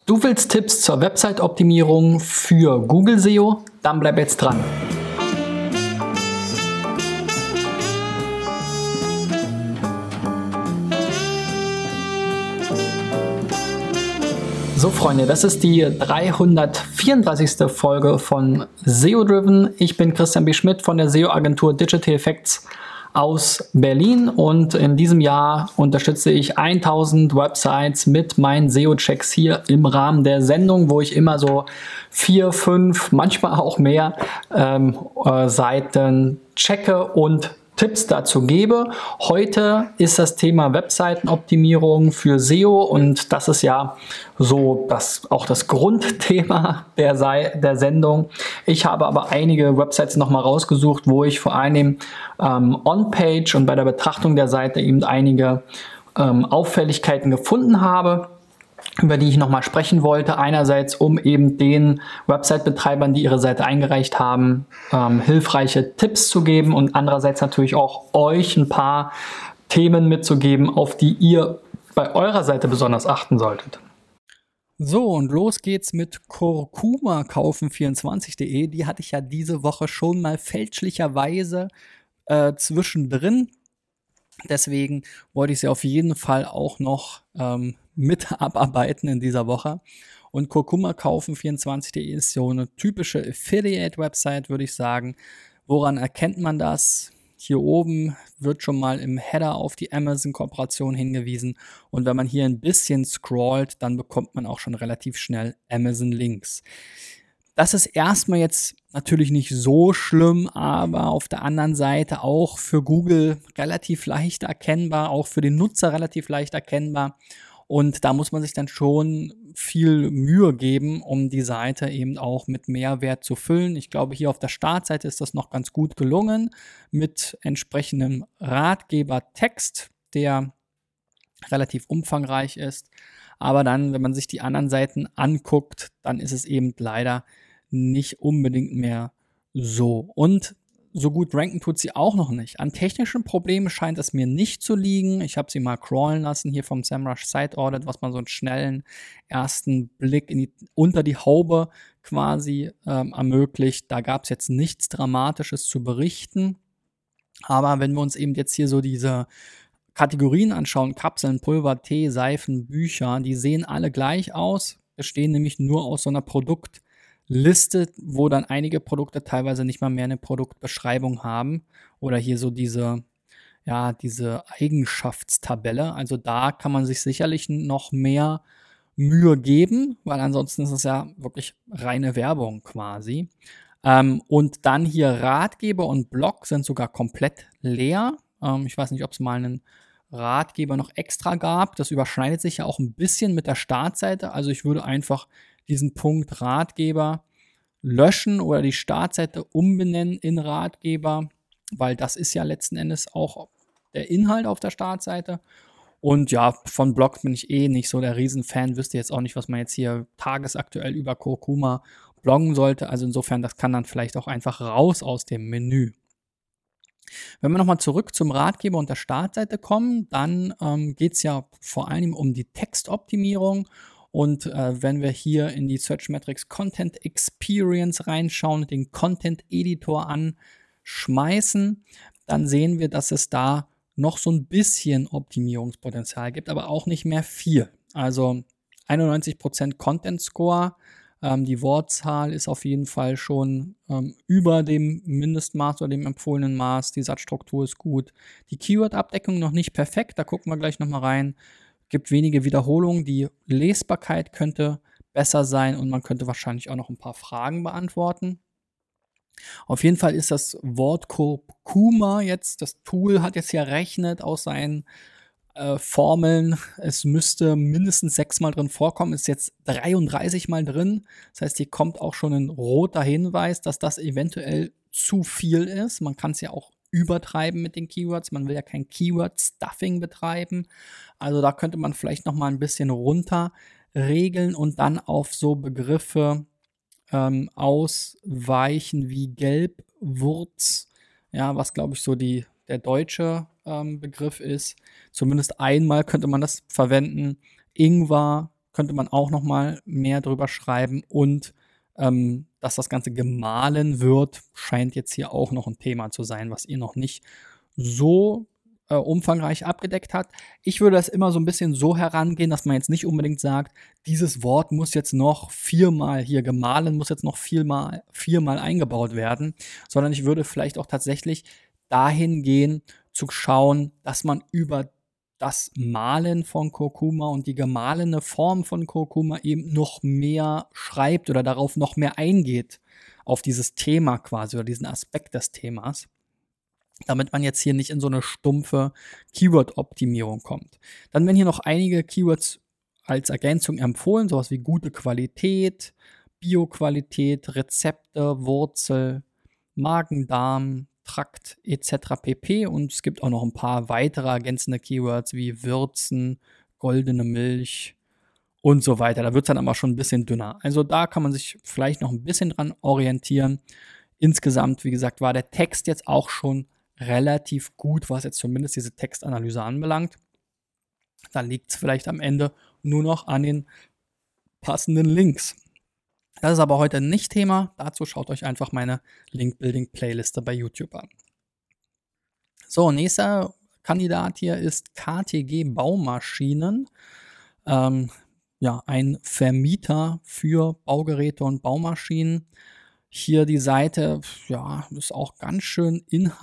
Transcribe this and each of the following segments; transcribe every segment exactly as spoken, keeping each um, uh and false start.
Du willst Tipps zur Website-Optimierung für Google S E O? Dann bleib jetzt dran. So Freunde, das ist die dreihundertvierunddreißigste Folge von S E O Driven. Ich bin Christian B. Schmidt von der S E O-Agentur Digital Effects aus Berlin und in diesem Jahr unterstütze ich tausend Websites mit meinen S E O-Checks hier im Rahmen der Sendung, wo ich immer so vier, fünf, manchmal auch mehr ähm, äh, Seiten checke und Tipps dazu gebe. Heute ist das Thema Webseitenoptimierung für S E O und das ist ja so das, auch das Grundthema der, Sei- der Sendung. Ich habe aber einige Websites nochmal rausgesucht, wo ich vor allem ähm, on-page und bei der Betrachtung der Seite eben einige ähm, Auffälligkeiten gefunden habe, über die ich nochmal sprechen wollte. Einerseits, um eben den Website-Betreibern, die ihre Seite eingereicht haben, ähm, hilfreiche Tipps zu geben und andererseits natürlich auch euch ein paar Themen mitzugeben, auf die ihr bei eurer Seite besonders achten solltet. So, und los geht's mit Kurkuma kaufen vierundzwanzig punkt de. Die hatte ich ja diese Woche schon mal fälschlicherweise äh, zwischendrin. Deswegen wollte ich sie auf jeden Fall auch noch ähm, mit abarbeiten in dieser Woche. Und Kurkuma kaufen vierundzwanzig punkt de ist so eine typische Affiliate-Website, würde ich sagen. Woran erkennt man das? Hier oben wird schon mal im Header auf die Amazon-Kooperation hingewiesen. Und wenn man hier ein bisschen scrollt, dann bekommt man auch schon relativ schnell Amazon-Links. Das ist erstmal jetzt natürlich nicht so schlimm, aber auf der anderen Seite auch für Google relativ leicht erkennbar, auch für den Nutzer relativ leicht erkennbar. Und da muss man sich dann schon viel Mühe geben, um die Seite eben auch mit Mehrwert zu füllen. Ich glaube, hier auf der Startseite ist das noch ganz gut gelungen mit entsprechendem Ratgebertext, der relativ umfangreich ist. Aber dann, wenn man sich die anderen Seiten anguckt, dann ist es eben leider nicht unbedingt mehr so. Und so gut ranken tut sie auch noch nicht. An technischen Problemen scheint es mir nicht zu liegen. Ich habe sie mal crawlen lassen hier vom SEMrush Site Audit, was man so einen schnellen ersten Blick in die, unter die Haube quasi ähm, ermöglicht. Da gab es jetzt nichts Dramatisches zu berichten. Aber wenn wir uns eben jetzt hier so diese Kategorien anschauen, Kapseln, Pulver, Tee, Seifen, Bücher, die sehen alle gleich aus, bestehen nämlich nur aus so einer Produkt- Liste, wo dann einige Produkte teilweise nicht mal mehr eine Produktbeschreibung haben oder hier so diese, ja, diese Eigenschaftstabelle. Also da kann man sich sicherlich noch mehr Mühe geben, weil ansonsten ist es ja wirklich reine Werbung quasi. Ähm, und dann hier Ratgeber und Blog sind sogar komplett leer. Ähm, ich weiß nicht, ob es mal einen Ratgeber noch extra gab. Das überschneidet sich ja auch ein bisschen mit der Startseite. Also ich würde einfach diesen Punkt Ratgeber löschen oder die Startseite umbenennen in Ratgeber, weil das ist ja letzten Endes auch der Inhalt auf der Startseite. Und ja, von Blog bin ich eh nicht so der Riesenfan, wüsste jetzt auch nicht, was man jetzt hier tagesaktuell über Kurkuma bloggen sollte. Also insofern, das kann dann vielleicht auch einfach raus aus dem Menü. Wenn wir nochmal zurück zum Ratgeber und der Startseite kommen, dann ähm, geht es ja vor allem um die Textoptimierung. Und äh, wenn wir hier in die Search Metrics Content Experience reinschauen und den Content Editor anschmeißen, dann sehen wir, dass es da noch so ein bisschen Optimierungspotenzial gibt, aber auch nicht mehr viel. Also einundneunzig Prozent Content Score, ähm, die Wortzahl ist auf jeden Fall schon ähm, über dem Mindestmaß oder dem empfohlenen Maß, die Satzstruktur ist gut. Die Keyword-Abdeckung noch nicht perfekt, da gucken wir gleich nochmal rein. Gibt wenige Wiederholungen, die Lesbarkeit könnte besser sein und man könnte wahrscheinlich auch noch ein paar Fragen beantworten. Auf jeden Fall ist das Wort Kurkuma jetzt, das Tool hat jetzt hier errechnet aus seinen äh, Formeln, es müsste mindestens sechsmal drin vorkommen, ist jetzt dreiunddreißig Mal drin. Das heißt, hier kommt auch schon ein roter Hinweis, dass das eventuell zu viel ist. Man kann es ja auch übertreiben mit den Keywords. Man will ja kein Keyword-Stuffing betreiben. Also da könnte man vielleicht noch mal ein bisschen runter regeln und dann auf so Begriffe ähm, ausweichen wie Gelbwurz, ja, was glaube ich so die, der deutsche ähm, Begriff ist. Zumindest einmal könnte man das verwenden. Ingwer könnte man auch noch mal mehr drüber schreiben. Und ähm, dass das Ganze gemahlen wird, scheint jetzt hier auch noch ein Thema zu sein, was ihr noch nicht so äh, umfangreich abgedeckt hat. Ich würde das immer so ein bisschen so herangehen, dass man jetzt nicht unbedingt sagt, dieses Wort muss jetzt noch viermal hier gemahlen, muss jetzt noch viermal, viermal eingebaut werden, sondern ich würde vielleicht auch tatsächlich dahin gehen, zu schauen, dass man über das Malen von Kurkuma und die gemahlene Form von Kurkuma eben noch mehr schreibt oder darauf noch mehr eingeht, auf dieses Thema quasi oder diesen Aspekt des Themas, damit man jetzt hier nicht in so eine stumpfe Keyword-Optimierung kommt. Dann werden hier noch einige Keywords als Ergänzung empfohlen, sowas wie gute Qualität, Bioqualität, Rezepte, Wurzel, Magen-Darm, Trakt et cetera pp. Und es gibt auch noch ein paar weitere ergänzende Keywords wie Würzen, goldene Milch und so weiter. Da wird es dann aber schon ein bisschen dünner. Also da kann man sich vielleicht noch ein bisschen dran orientieren. Insgesamt, wie gesagt, war der Text jetzt auch schon relativ gut, was jetzt zumindest diese Textanalyse anbelangt. Da liegt es vielleicht am Ende nur noch an den passenden Links. Das ist aber heute nicht Thema. Dazu schaut euch einfach meine Link-Building-Playliste bei YouTube an. So, nächster Kandidat hier ist K T G Baumaschinen. Ähm, ja, ein Vermieter für Baugeräte und Baumaschinen. Hier die Seite, ja, ist auch ganz schön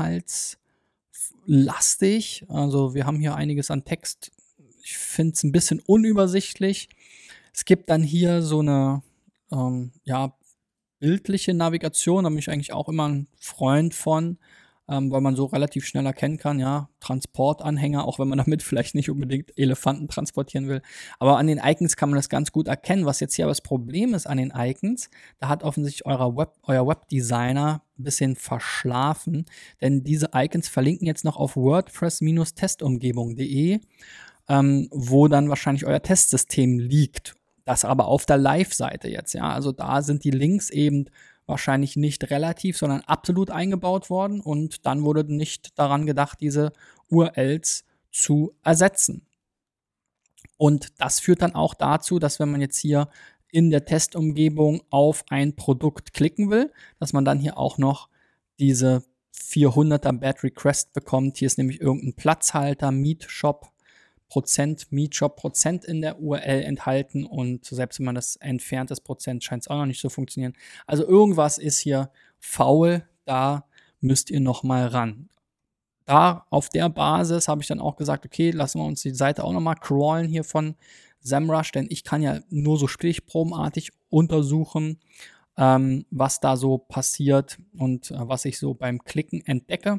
inhaltslastig. Also wir haben hier einiges an Text. Ich finde es ein bisschen unübersichtlich. Es gibt dann hier so eine ähm, ja, bildliche Navigation. Da bin ich eigentlich auch immer ein Freund von, ähm, weil man so relativ schnell erkennen kann, ja, Transportanhänger, auch wenn man damit vielleicht nicht unbedingt Elefanten transportieren will. Aber an den Icons kann man das ganz gut erkennen. Was jetzt hier aber das Problem ist an den Icons, da hat offensichtlich euer, Web, euer Webdesigner ein bisschen verschlafen, denn diese Icons verlinken jetzt noch auf wordpress-testumgebung punkt de, ähm, wo dann wahrscheinlich euer Testsystem liegt. Das aber auf der Live-Seite jetzt, ja. Also da sind die Links eben wahrscheinlich nicht relativ, sondern absolut eingebaut worden und dann wurde nicht daran gedacht, diese U R Ls zu ersetzen. Und das führt dann auch dazu, dass wenn man jetzt hier in der Testumgebung auf ein Produkt klicken will, dass man dann hier auch noch diese vierhunderter Bad Request bekommt. Hier ist nämlich irgendein Platzhalter, Meet Shop, Prozent, Meetshop, Prozent in der U R L enthalten und selbst wenn man das entfernt, das Prozent, scheint es auch noch nicht zu funktionieren. Also irgendwas ist hier faul, da müsst ihr nochmal ran. Da auf der Basis habe ich dann auch gesagt, okay, lassen wir uns die Seite auch nochmal crawlen hier von SEMrush, denn ich kann ja nur so stichprobenartig untersuchen, ähm, was da so passiert und äh, was ich so beim Klicken entdecke.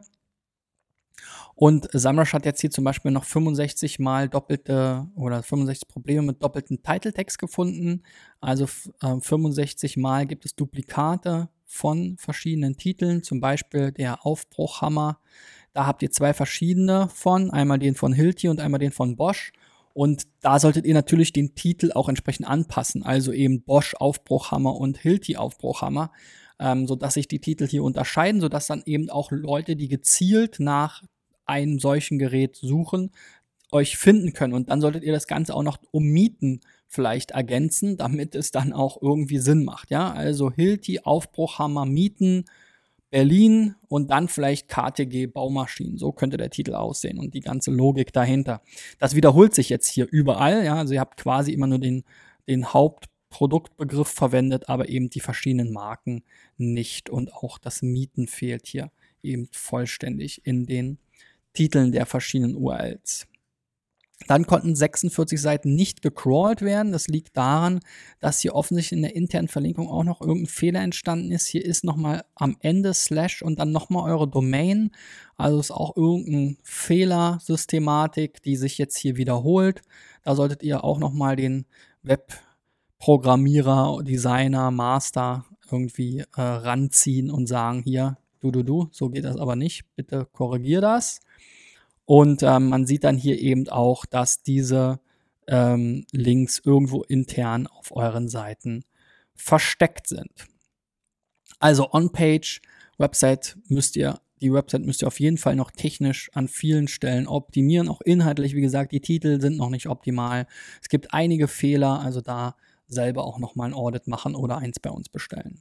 Und SEMrush hat jetzt hier zum Beispiel noch fünfundsechzig mal doppelte oder fünfundsechzig Probleme mit doppelten Titeltext gefunden. Also äh, fünfundsechzig mal gibt es Duplikate von verschiedenen Titeln, zum Beispiel der Aufbruchhammer. Da habt ihr zwei verschiedene von, einmal den von Hilti und einmal den von Bosch. Und da solltet ihr natürlich den Titel auch entsprechend anpassen, also eben Bosch Aufbruchhammer und Hilti Aufbruchhammer. Ähm, sodass sich die Titel hier unterscheiden, sodass dann eben auch Leute, die gezielt nach einem solchen Gerät suchen, euch finden können. Und dann solltet ihr das Ganze auch noch um Mieten vielleicht ergänzen, damit es dann auch irgendwie Sinn macht. Ja, also Hilti, Aufbruchhammer, Mieten, Berlin und dann vielleicht K T G Baumaschinen. So könnte der Titel aussehen und die ganze Logik dahinter. Das wiederholt sich jetzt hier überall. Ja, also ihr habt quasi immer nur den, den Haupt Produktbegriff verwendet, aber eben die verschiedenen Marken nicht und auch das Mieten fehlt hier eben vollständig in den Titeln der verschiedenen U R Ls. Dann konnten sechsundvierzig Seiten nicht gecrawlt werden. Das liegt daran, dass hier offensichtlich in der internen Verlinkung auch noch irgendein Fehler entstanden ist. Hier ist nochmal am Ende Slash und dann nochmal eure Domain. Also ist auch irgendeine Fehlersystematik, die sich jetzt hier wiederholt. Da solltet ihr auch nochmal den Web Programmierer, Designer, Master irgendwie äh, ranziehen und sagen, hier, du, du, du, so geht das aber nicht, bitte korrigier das. Und ähm, man sieht dann hier eben auch, dass diese ähm, Links irgendwo intern auf euren Seiten versteckt sind. Also On-Page, Website müsst ihr die die Website müsst ihr auf jeden Fall noch technisch an vielen Stellen optimieren. Auch inhaltlich, wie gesagt, die Titel sind noch nicht optimal. Es gibt einige Fehler, also da selber auch nochmal ein Audit machen oder eins bei uns bestellen.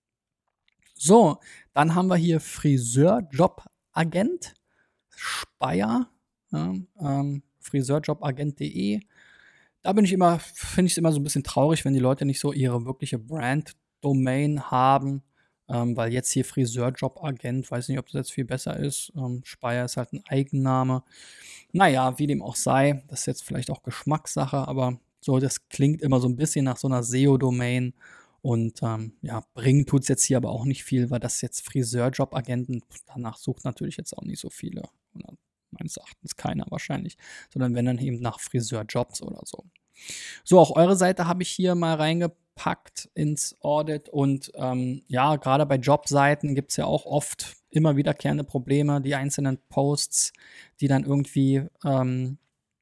So, dann haben wir hier Friseurjobagent, Speyer, ja, ähm, friseurjobagent punkt de. Da bin ich immer, finde ich es immer so ein bisschen traurig, wenn die Leute nicht so ihre wirkliche Brand-Domain haben, ähm, weil jetzt hier Friseurjobagent, weiß nicht, ob das jetzt viel besser ist. Ähm, Speyer ist halt ein Eigenname. Naja, wie dem auch sei, das ist jetzt vielleicht auch Geschmackssache, aber so, das klingt immer so ein bisschen nach so einer S E O-Domain. Und ähm, ja, bringen tut es jetzt hier aber auch nicht viel, weil das jetzt Friseurjobagenten, danach sucht natürlich jetzt auch nicht so viele. Oder meines Erachtens keiner wahrscheinlich. Sondern wenn dann eben nach Friseurjobs oder so. So, auch eure Seite habe ich hier mal reingepackt ins Audit. Und ähm, ja, gerade bei Jobseiten gibt es ja auch oft immer wiederkehrende Probleme. Die einzelnen Posts, die dann irgendwie, ähm,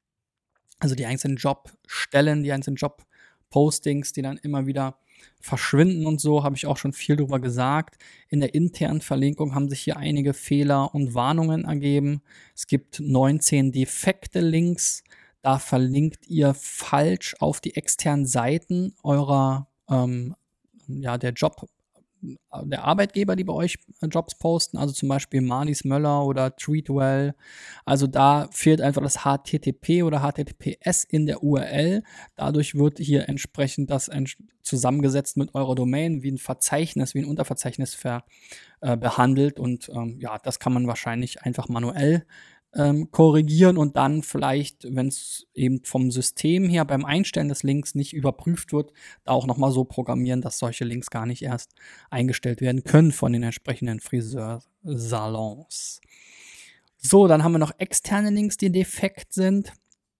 also die einzelnen Jobstellen, die einzelnen Jobpostings, die dann immer wieder verschwinden und so, habe ich auch schon viel drüber gesagt. In der internen Verlinkung haben sich hier einige Fehler und Warnungen ergeben. Es gibt neunzehn defekte Links. Da verlinkt ihr falsch auf die externen Seiten eurer, ähm, ja, der Job, der Arbeitgeber, die bei euch Jobs posten, also zum Beispiel Marlies Möller oder Treatwell. Also da fehlt einfach das H T T P oder H T T P S in der U R L. Dadurch wird hier entsprechend das ents- zusammengesetzt mit eurer Domain wie ein Verzeichnis, wie ein Unterverzeichnis ver, äh, behandelt. Und ähm, ja, das kann man wahrscheinlich einfach manuell ähm, korrigieren und dann vielleicht, wenn es eben vom System her beim Einstellen des Links nicht überprüft wird, da auch nochmal so programmieren, dass solche Links gar nicht erst eingestellt werden können von den entsprechenden Friseursalons. So, dann haben wir noch externe Links, die defekt sind.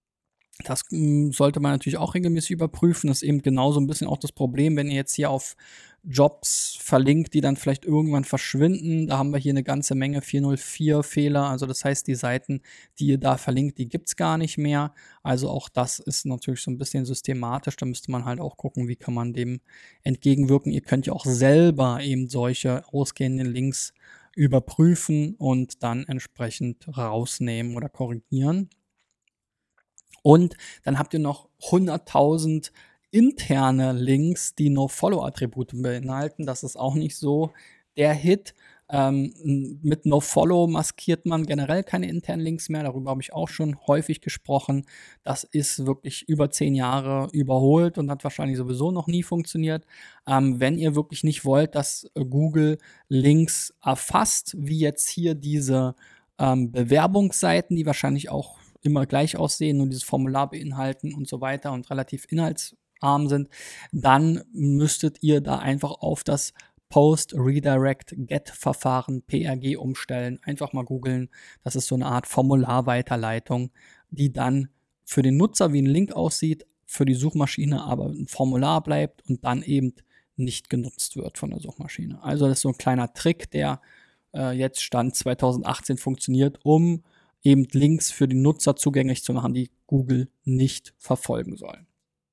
Das mh, sollte man natürlich auch regelmäßig überprüfen. Das ist eben genauso ein bisschen auch das Problem, wenn ihr jetzt hier auf Jobs verlinkt, die dann vielleicht irgendwann verschwinden. Da haben wir hier eine ganze Menge vierhundertvier Fehler. Also das heißt, die Seiten, die ihr da verlinkt, die gibt es gar nicht mehr. Also auch das ist natürlich so ein bisschen systematisch. Da müsste man halt auch gucken, wie kann man dem entgegenwirken. Ihr könnt ja auch selber eben solche ausgehenden Links überprüfen und dann entsprechend rausnehmen oder korrigieren. Und dann habt ihr noch hunderttausend interne Links, die No-Follow-Attribute beinhalten. Das ist auch nicht so der Hit. Ähm, mit No-Follow maskiert man generell keine internen Links mehr. Darüber habe ich auch schon häufig gesprochen. Das ist wirklich über zehn Jahre überholt und hat wahrscheinlich sowieso noch nie funktioniert. Ähm, wenn ihr wirklich nicht wollt, dass Google Links erfasst, wie jetzt hier diese ähm, Bewerbungsseiten, die wahrscheinlich auch immer gleich aussehen, nur dieses Formular beinhalten und so weiter und relativ inhaltsarm sind, dann müsstet ihr da einfach auf das Post-Redirect-Get-Verfahren P R G umstellen. Einfach mal googeln. Das ist so eine Art Formularweiterleitung, die dann für den Nutzer wie ein Link aussieht, für die Suchmaschine aber ein Formular bleibt und dann eben nicht genutzt wird von der Suchmaschine. Also das ist so ein kleiner Trick, der äh, jetzt Stand zwanzig achtzehn funktioniert, um eben Links für die Nutzer zugänglich zu machen, die Google nicht verfolgen soll.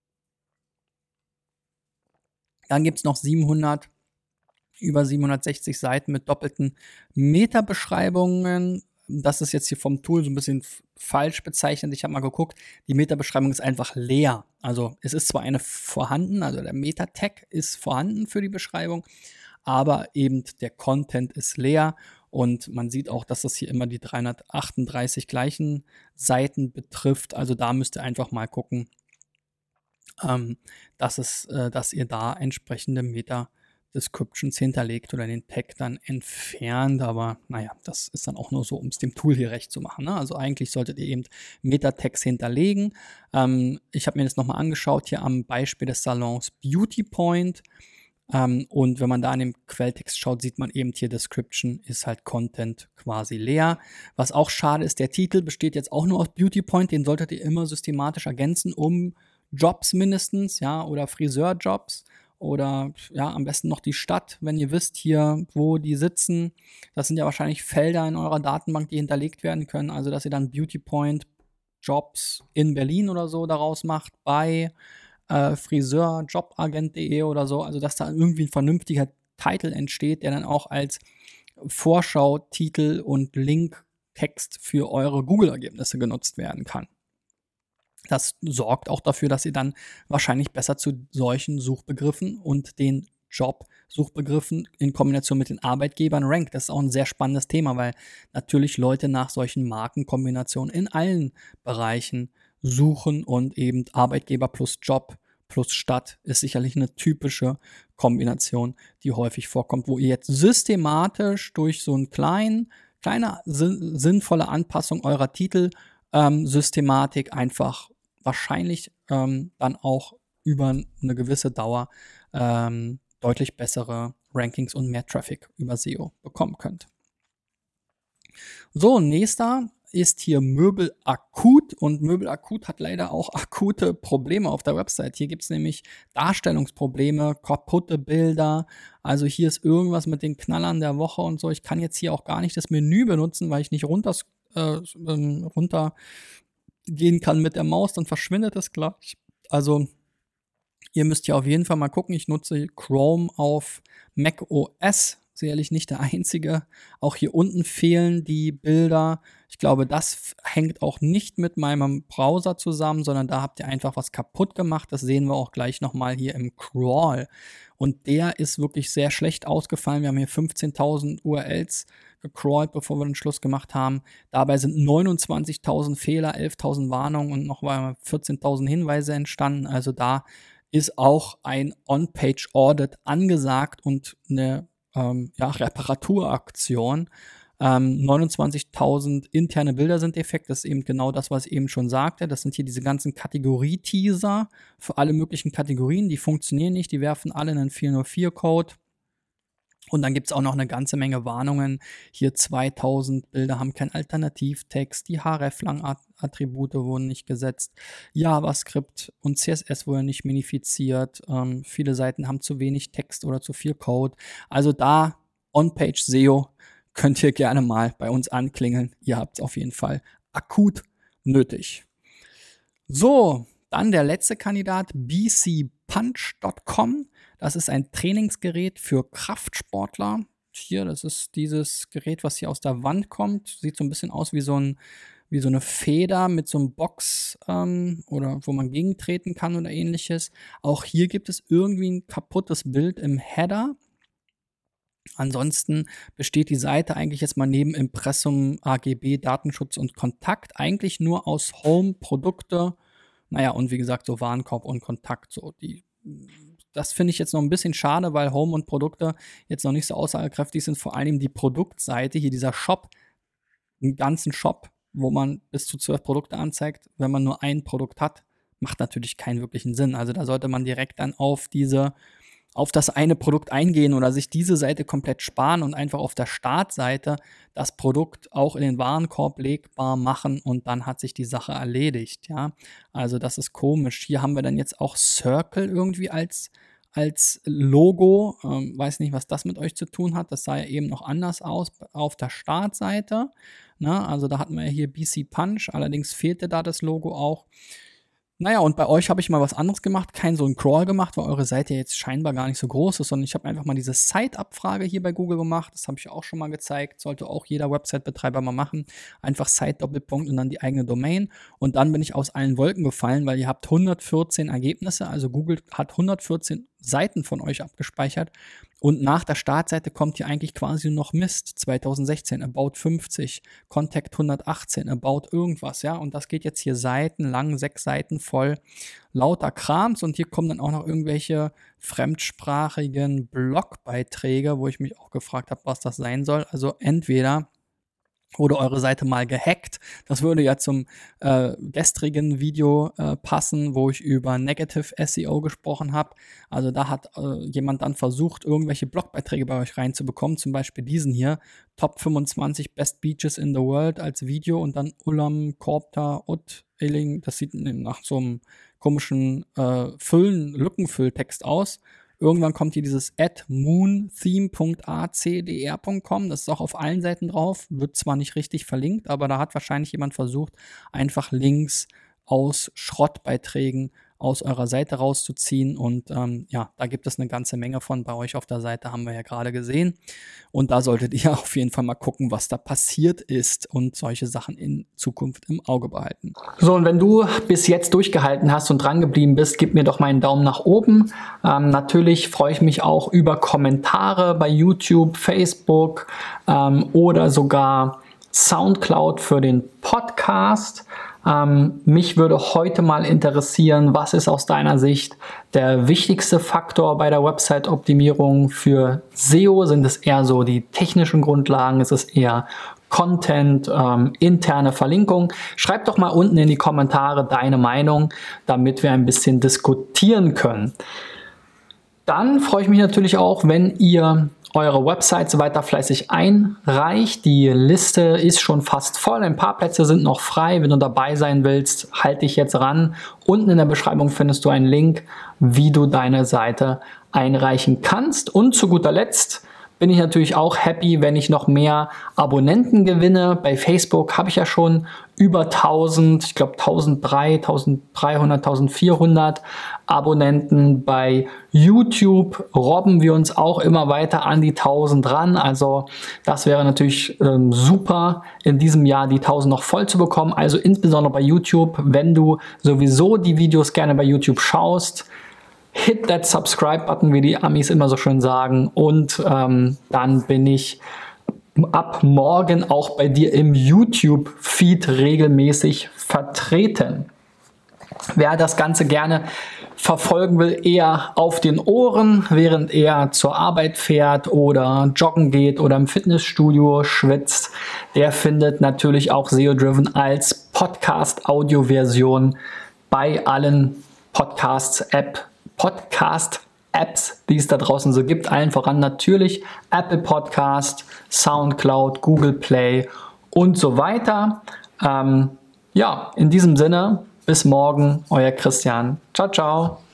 Dann gibt es noch siebenhundert, über siebenhundertsechzig Seiten mit doppelten Meta-Beschreibungen. Das ist jetzt hier vom Tool so ein bisschen f- falsch bezeichnet. Ich habe mal geguckt, die Meta-Beschreibung ist einfach leer. Also es ist zwar eine vorhanden, also der Meta-Tag ist vorhanden für die Beschreibung, aber eben der Content ist leer. Und man sieht auch, dass das hier immer die dreihundertachtunddreißig gleichen Seiten betrifft. Also da müsst ihr einfach mal gucken, ähm, dass, es, äh, dass ihr da entsprechende Meta-Descriptions hinterlegt oder den Tag dann entfernt. Aber naja, das ist dann auch nur so, um es dem Tool hier recht zu machen. Ne? Also eigentlich solltet ihr eben Meta-Tags hinterlegen. Ähm, ich habe mir das nochmal angeschaut, hier am Beispiel des Salons Beauty Point. Um, und wenn man da in dem Quelltext schaut, sieht man eben hier, Description ist halt Content quasi leer. Was auch schade ist, der Titel besteht jetzt auch nur aus Beauty Point, den solltet ihr immer systematisch ergänzen, um Jobs mindestens, ja, oder Friseurjobs oder ja, am besten noch die Stadt, wenn ihr wisst hier, wo die sitzen. Das sind ja wahrscheinlich Felder in eurer Datenbank, die hinterlegt werden können, also dass ihr dann Beauty Point Jobs in Berlin oder so daraus macht, bei Äh, Friseurjobagent punkt de oder so, also dass da irgendwie ein vernünftiger Titel entsteht, der dann auch als Vorschau, Titel und Linktext für eure Google-Ergebnisse genutzt werden kann. Das sorgt auch dafür, dass ihr dann wahrscheinlich besser zu solchen Suchbegriffen und den Job-Suchbegriffen in Kombination mit den Arbeitgebern rankt. Das ist auch ein sehr spannendes Thema, weil natürlich Leute nach solchen Markenkombinationen in allen Bereichen suchen und eben Arbeitgeber plus Job plus Stadt ist sicherlich eine typische Kombination, die häufig vorkommt, wo ihr jetzt systematisch durch so einen kleinen, kleine sinn- sinnvolle Anpassung eurer Titelsystematik ähm, einfach wahrscheinlich ähm, dann auch über eine gewisse Dauer ähm, deutlich bessere Rankings und mehr Traffic über S E O bekommen könnt. So, nächster ist hier Möbel Akut und Möbel Akut hat leider auch akute Probleme auf der Website. Hier gibt es nämlich Darstellungsprobleme, kaputte Bilder, also hier ist irgendwas mit den Knallern der Woche und so. Ich kann jetzt hier auch gar nicht das Menü benutzen, weil ich nicht runter, äh, runter gehen kann mit der Maus, dann verschwindet es gleich. Also ihr müsst ja auf jeden Fall mal gucken. Ich nutze Chrome auf macOS. Sicherlich nicht der einzige. Auch hier unten fehlen die Bilder. Ich glaube, das hängt auch nicht mit meinem Browser zusammen, sondern da habt ihr einfach was kaputt gemacht. Das sehen wir auch gleich nochmal hier im Crawl. Und der ist wirklich sehr schlecht ausgefallen. Wir haben hier fünfzehntausend U R Ls gecrawlt, bevor wir den Schluss gemacht haben. Dabei sind neunundzwanzigtausend Fehler, elftausend Warnungen und noch vierzehntausend Hinweise entstanden. Also da ist auch ein On-Page-Audit angesagt und eine ähm, ja, Reparaturaktion. Ähm, neunundzwanzigtausend interne Bilder sind defekt. Das ist eben genau das, was ich eben schon sagte. Das sind hier diese ganzen Kategorie-Teaser für alle möglichen Kategorien. Die funktionieren nicht. Die werfen alle einen vier null vier-Code. Und dann gibt es auch noch eine ganze Menge Warnungen. Hier zweitausend Bilder haben keinen Alternativtext. Die hreflang-Attribute wurden nicht gesetzt. JavaScript und C S S wurden nicht minifiziert. Ähm, viele Seiten haben zu wenig Text oder zu viel Code. Also da On-Page S E O könnt ihr gerne mal bei uns anklingeln. Ihr habt es auf jeden Fall akut nötig. So, dann der letzte Kandidat, b c punch punkt com. Das ist ein Trainingsgerät für Kraftsportler. Hier, das ist dieses Gerät, was hier aus der Wand kommt. Sieht so ein bisschen aus wie so, ein, wie so eine Feder mit so einem Box ähm, oder wo man gegentreten kann oder ähnliches. Auch hier gibt es irgendwie ein kaputtes Bild im Header. Ansonsten besteht die Seite eigentlich jetzt mal neben Impressum, A G B, Datenschutz und Kontakt eigentlich nur aus Home, Produkte, naja, und wie gesagt, so Warenkorb und Kontakt. So die, das finde ich jetzt noch ein bisschen schade, weil Home und Produkte jetzt noch nicht so aussagekräftig sind. Vor allem die Produktseite, hier dieser Shop, einen ganzen Shop, wo man bis zu zwölf Produkte anzeigt. Wenn man nur ein Produkt hat, macht natürlich keinen wirklichen Sinn. Also da sollte man direkt dann auf diese auf das eine Produkt eingehen oder sich diese Seite komplett sparen und einfach auf der Startseite das Produkt auch in den Warenkorb legbar machen und dann hat sich die Sache erledigt, ja. Also das ist komisch. Hier haben wir dann jetzt auch Circle irgendwie als, als Logo. Ähm, weiß nicht, was das mit euch zu tun hat. Das sah ja eben noch anders aus auf der Startseite. Ne? Also da hatten wir ja hier B C Punch, allerdings fehlte da das Logo auch. Naja, und bei euch habe ich mal was anderes gemacht, kein so ein Crawl gemacht, weil eure Seite jetzt scheinbar gar nicht so groß ist, sondern ich habe einfach mal diese Site-Abfrage hier bei Google gemacht. Das habe ich auch schon mal gezeigt, sollte auch jeder Website-Betreiber mal machen. Einfach Site-Doppelpunkt und dann die eigene Domain. Und dann bin ich aus allen Wolken gefallen, weil ihr habt hundertvierzehn Ergebnisse, also Google hat hundertvierzehn Seiten von euch abgespeichert. Und nach der Startseite kommt hier eigentlich quasi nur noch Mist. zweitausendsechzehn, About fünfzig, Contact hundertachtzehn, About irgendwas, ja. Und das geht jetzt hier seitenlang, sechs Seiten voll lauter Krams. Und hier kommen dann auch noch irgendwelche fremdsprachigen Blogbeiträge, wo ich mich auch gefragt habe, was das sein soll. Also entweder wurde eure Seite mal gehackt. Das würde ja zum äh, gestrigen Video äh, passen, wo ich über Negative S E O gesprochen habe. Also da hat äh, jemand dann versucht, irgendwelche Blogbeiträge bei euch reinzubekommen, zum Beispiel diesen hier, Top fünfundzwanzig Best Beaches in the World als Video und dann Ulam, Korpta, Ut, Illing. Das sieht nach so einem komischen äh, Füllen, Lückenfülltext aus. Irgendwann kommt hier dieses at moontheme punkt a c d r punkt com. Das ist auch auf allen Seiten drauf. Wird zwar nicht richtig verlinkt, aber da hat wahrscheinlich jemand versucht, einfach Links aus Schrottbeiträgen aus eurer Seite rauszuziehen. Und ähm, ja, da gibt es eine ganze Menge von. Bei euch auf der Seite haben wir ja gerade gesehen. Und da solltet ihr auf jeden Fall mal gucken, was da passiert ist und solche Sachen in Zukunft im Auge behalten. So, und wenn du bis jetzt durchgehalten hast und dran geblieben bist, gib mir doch mal einen Daumen nach oben. Ähm, natürlich freue ich mich auch über Kommentare bei YouTube, Facebook ähm, oder sogar Soundcloud für den Podcast. Ähm, mich würde heute mal interessieren, was ist aus deiner Sicht der wichtigste Faktor bei der Website-Optimierung für S E O? Sind es eher so die technischen Grundlagen? Ist es eher Content, ähm, interne Verlinkung? Schreib doch mal unten in die Kommentare deine Meinung, damit wir ein bisschen diskutieren können. Dann freue ich mich natürlich auch, wenn ihr eure Website so weiter fleißig einreicht. Die Liste ist schon fast voll. Ein paar Plätze sind noch frei. Wenn du dabei sein willst, halte dich jetzt ran. Unten in der Beschreibung findest du einen Link, wie du deine Seite einreichen kannst. Und zu guter Letzt bin ich natürlich auch happy, wenn ich noch mehr Abonnenten gewinne. Bei Facebook habe ich ja schon über tausend, ich glaube tausenddreihundert, tausenddreihundert, tausendvierhundert Abonnenten. Bei YouTube robben wir uns auch immer weiter an die tausend ran. Also das wäre natürlich ähm, super, in diesem Jahr die tausend noch voll zu bekommen. Also insbesondere bei YouTube, wenn du sowieso die Videos gerne bei YouTube schaust, hit that Subscribe-Button, wie die Amis immer so schön sagen. Und ähm, dann bin ich ab morgen auch bei dir im YouTube-Feed regelmäßig vertreten. Wer das Ganze gerne verfolgen will, eher auf den Ohren, während er zur Arbeit fährt oder joggen geht oder im Fitnessstudio schwitzt, der findet natürlich auch S E O-Driven als Podcast-Audio-Version bei allen Podcasts-App Podcast-Apps, die es da draußen so gibt. Allen voran natürlich Apple Podcast, Soundcloud, Google Play und so weiter. Ähm, ja, in diesem Sinne, bis morgen, euer Christian. Ciao, ciao.